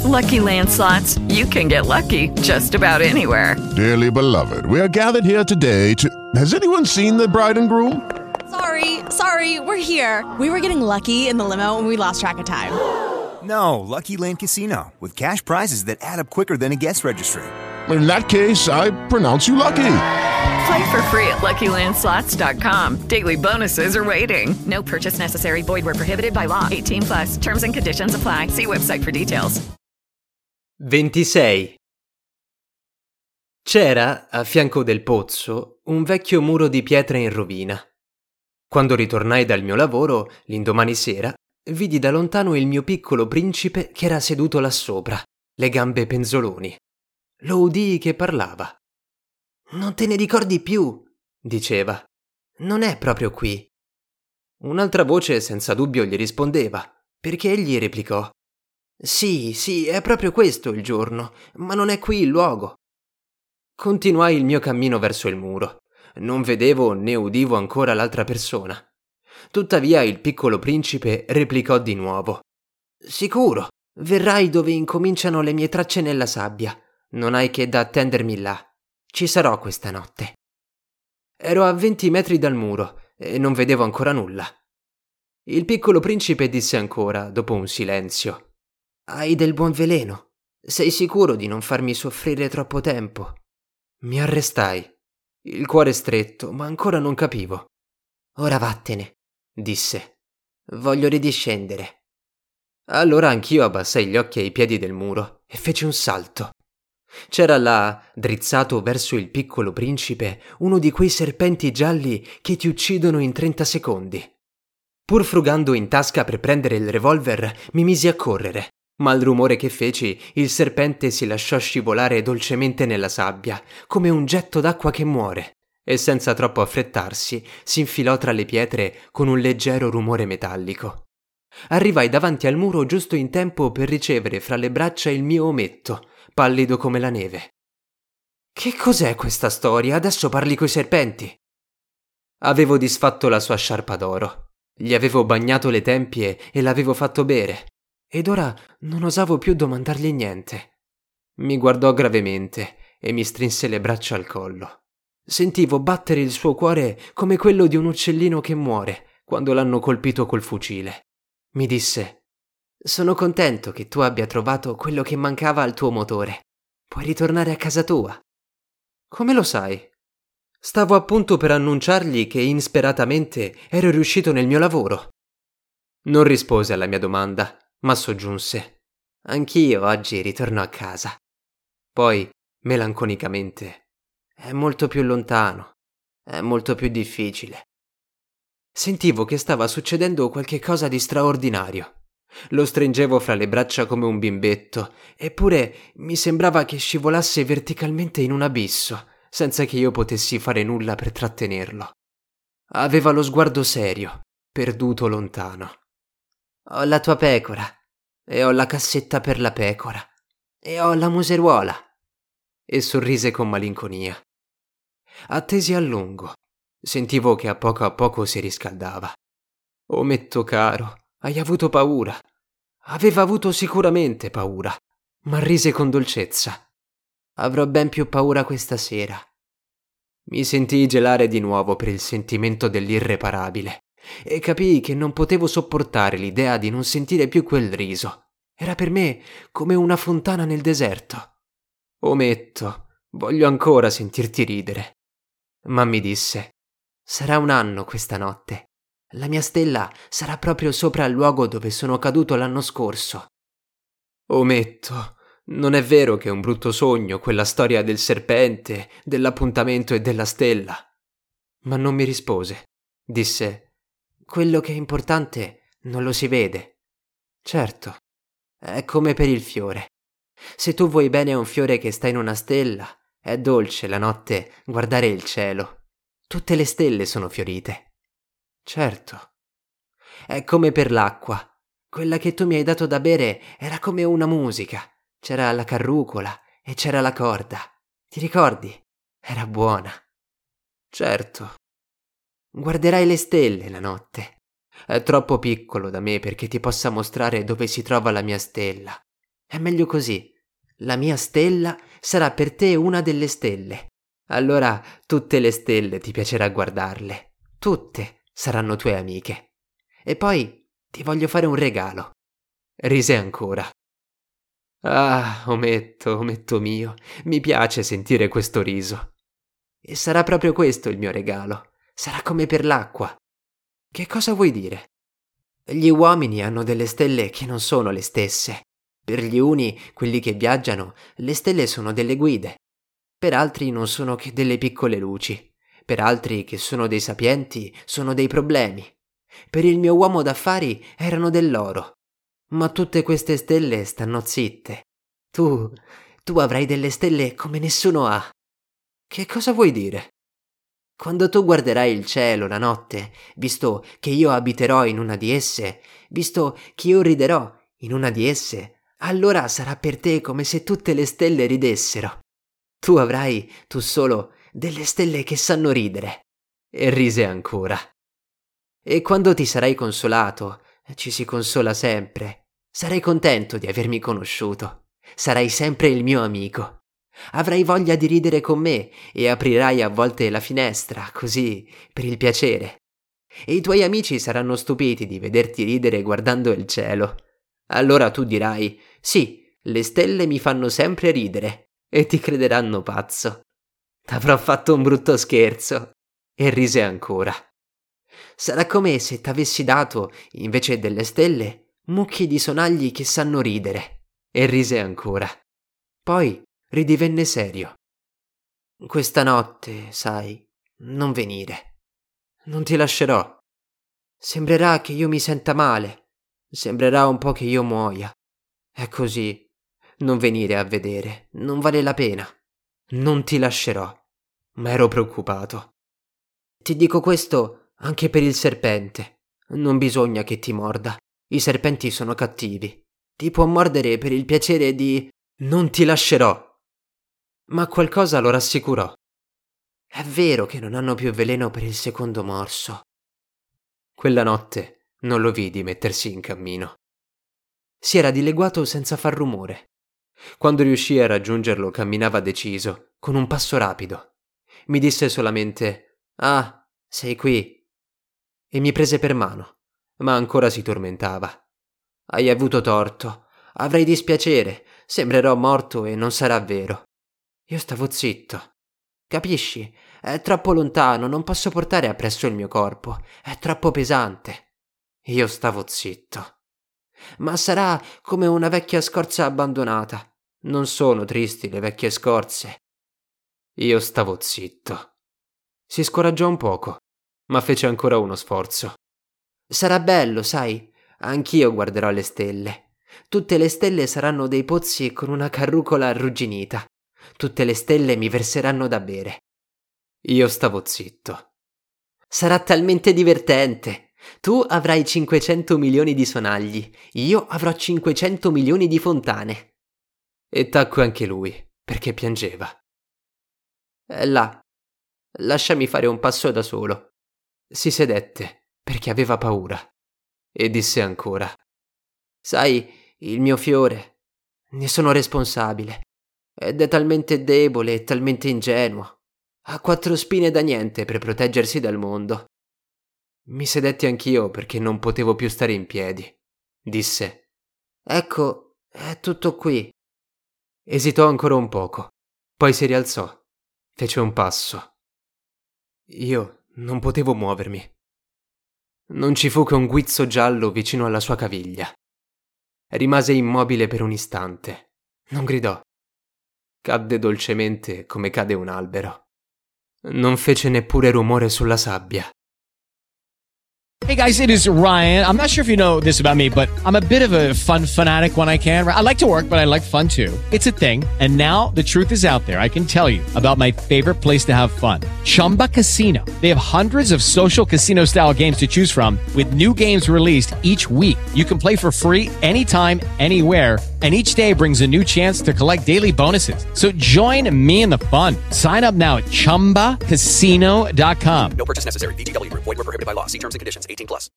Lucky Land Slots, you can get lucky just about anywhere. Dearly beloved, we are gathered here today to... Has anyone seen the bride and groom? Sorry, we're here. We were getting lucky in the limo and we lost track of time. No, Lucky Land Casino, with cash prizes that add up quicker than a guest registry. In that case, I pronounce you lucky. Play for free at LuckyLandSlots.com. Daily bonuses are waiting. No purchase necessary. Void where prohibited by law. 18+. Terms and conditions apply. See website for details. 26. C'era, a fianco del pozzo, un vecchio muro di pietra in rovina. Quando ritornai dal mio lavoro, l'indomani sera, vidi da lontano il mio piccolo principe che era seduto là sopra, le gambe penzoloni. Lo udii che parlava. «Non te ne ricordi più», diceva. «Non è proprio qui». Un'altra voce senza dubbio gli rispondeva, perché egli replicò: Sì, è proprio questo il giorno, ma non è qui il luogo». Continuai il mio cammino verso il muro. Non vedevo né udivo ancora l'altra persona. Tuttavia il piccolo principe replicò di nuovo: «Sicuro, verrai dove incominciano le mie tracce nella sabbia. Non hai che da attendermi là. Ci sarò questa notte». Ero a 20 metri dal muro e non vedevo ancora nulla. Il piccolo principe disse ancora, dopo un silenzio: «Hai del buon veleno? Sei sicuro di non farmi soffrire troppo tempo?» Mi arrestai, il cuore stretto, ma ancora non capivo. «Ora vattene», disse. «Voglio ridiscendere». Allora anch'io abbassai gli occhi ai piedi del muro e feci un salto. C'era là, drizzato verso il piccolo principe, uno di quei serpenti gialli che ti uccidono in 30 secondi. Pur frugando in tasca per prendere il revolver, mi misi a correre, ma al rumore che feci, il serpente si lasciò scivolare dolcemente nella sabbia, come un getto d'acqua che muore, e senza troppo affrettarsi, si infilò tra le pietre con un leggero rumore metallico. Arrivai davanti al muro giusto in tempo per ricevere fra le braccia il mio ometto, pallido come la neve. «Che cos'è questa storia? Adesso parli coi serpenti?» Avevo disfatto la sua sciarpa d'oro, gli avevo bagnato le tempie e l'avevo fatto bere, ed ora non osavo più domandargli niente. Mi guardò gravemente e mi strinse le braccia al collo. Sentivo battere il suo cuore come quello di un uccellino che muore quando l'hanno colpito col fucile. Mi disse: «Sono contento che tu abbia trovato quello che mancava al tuo motore. Puoi ritornare a casa tua». «Come lo sai?» Stavo appunto per annunciargli che insperatamente ero riuscito nel mio lavoro. Non rispose alla mia domanda, ma soggiunse: «Anch'io oggi ritorno a casa». Poi, melanconicamente: «È molto più lontano, è molto più difficile». Sentivo che stava succedendo qualche cosa di straordinario. Lo stringevo fra le braccia come un bimbetto, eppure mi sembrava che scivolasse verticalmente in un abisso, senza che io potessi fare nulla per trattenerlo. Aveva lo sguardo serio, perduto lontano. «Ho la tua pecora, e ho la cassetta per la pecora, e ho la museruola». E sorrise con malinconia. Attesi a lungo. Sentivo che a poco si riscaldava. «Ometto caro, hai avuto paura». Aveva avuto sicuramente paura, ma rise con dolcezza. «Avrò ben più paura questa sera». Mi sentii gelare di nuovo per il sentimento dell'irreparabile e capii che non potevo sopportare l'idea di non sentire più quel riso. Era per me come una fontana nel deserto. «Ometto, voglio ancora sentirti ridere». Ma mi disse: «Sarà un anno questa notte. La mia stella sarà proprio sopra il luogo dove sono caduto l'anno scorso». «Ometto, non è vero che è un brutto sogno quella storia del serpente, dell'appuntamento e della stella?» Ma non mi rispose. Disse: «Quello che è importante non lo si vede». «Certo, è come per il fiore. Se tu vuoi bene a un fiore che sta in una stella, è dolce la notte guardare il cielo. Tutte le stelle sono fiorite». «Certo». «È come per l'acqua. Quella che tu mi hai dato da bere era come una musica. C'era la carrucola e c'era la corda. Ti ricordi? Era buona». «Certo». «Guarderai le stelle la notte. È troppo piccolo da me perché ti possa mostrare dove si trova la mia stella. È meglio così. La mia stella sarà per te una delle stelle. Allora tutte le stelle ti piacerà guardarle. Tutte saranno tue amiche. E poi ti voglio fare un regalo. Rise ancora. Ah, ometto mio, mi piace sentire questo riso. E sarà proprio questo il mio regalo. Sarà come per l'acqua. Che cosa vuoi dire? Gli uomini hanno delle stelle che non sono le stesse. Per gli uni, quelli che viaggiano, le stelle sono delle guide. Per altri non sono che delle piccole luci. Per altri, che sono dei sapienti, sono dei problemi. Per il mio uomo d'affari erano dell'oro. Ma tutte queste stelle stanno zitte. Tu avrai delle stelle come nessuno ha. Che cosa vuoi dire? Quando tu guarderai il cielo la notte, visto che io abiterò in una di esse, visto che io riderò in una di esse, allora sarà per te come se tutte le stelle ridessero. Tu avrai, tu solo, delle stelle che sanno ridere. E rise ancora. E quando ti sarai consolato, ci si consola sempre, sarai contento di avermi conosciuto. Sarai sempre il mio amico. Avrai voglia di ridere con me e aprirai a volte la finestra, così, per il piacere. E i tuoi amici saranno stupiti di vederti ridere guardando il cielo. Allora tu dirai, sì, le stelle mi fanno sempre ridere, e ti crederanno pazzo. T'avrò fatto un brutto scherzo. E rise ancora. Sarà come se t'avessi dato, invece delle stelle, mucchi di sonagli che sanno ridere. E rise ancora. Poi ridivenne serio. Questa notte, sai, non venire. Non ti lascerò. Sembrerà che io mi senta male. Sembrerà un po' che io muoia. È così. Non venire a vedere. Non vale la pena. Non ti lascerò. Ma ero preoccupato. Ti dico questo anche per il serpente. Non bisogna che ti morda. I serpenti sono cattivi. Ti può mordere per il piacere di... Non ti lascerò. Ma qualcosa lo rassicurò. È vero che non hanno più veleno per il secondo morso. Quella notte non lo vidi mettersi in cammino. Si era dileguato senza far rumore. Quando riuscii a raggiungerlo camminava deciso, con un passo rapido. Mi disse solamente: «Ah, sei qui». E mi prese per mano, ma ancora si tormentava. «Hai avuto torto, avrai dispiacere, sembrerò morto e non sarà vero». Io stavo zitto. Capisci? È troppo lontano, non posso portare appresso il mio corpo, è troppo pesante. Io stavo zitto. Ma sarà come una vecchia scorza abbandonata. Non sono tristi le vecchie scorze. Io stavo zitto. Si scoraggiò un poco, ma fece ancora uno sforzo. Sarà bello, sai? Anch'io guarderò le stelle. Tutte le stelle saranno dei pozzi con una carrucola arrugginita. Tutte le stelle mi verseranno da bere. Io stavo zitto. Sarà talmente divertente. Tu avrai 500 milioni di sonagli, io avrò 500 milioni di fontane. E tacque anche lui, perché piangeva. Là, lasciami fare un passo da solo. Si sedette, perché aveva paura, e disse ancora: «Sai, il mio fiore, ne sono responsabile. Ed è talmente debole e talmente ingenuo. Ha 4 spine da niente per proteggersi dal mondo». Mi sedetti anch'io perché non potevo più stare in piedi. Disse: «Ecco, è tutto qui». Esitò ancora un poco, poi si rialzò, fece un passo. Io non potevo muovermi. Non ci fu che un guizzo giallo vicino alla sua caviglia. Rimase immobile per un istante. Non gridò. Cadde dolcemente come cade un albero. Non fece neppure rumore sulla sabbia. Hey guys, it is Ryan. I'm not sure if you know this about me, but I'm a bit of a fun fanatic when I can. I like to work, but I like fun too. It's a thing. And now the truth is out there. I can tell you about my favorite place to have fun. Chumba Casino. They have hundreds of social casino style games to choose from with new games released each week. You can play for free anytime, anywhere. And each day brings a new chance to collect daily bonuses. So join me in the fun. Sign up now at ChumbaCasino.com. No purchase necessary. VGW Group. Void where prohibited by law. See terms and conditions. 18+.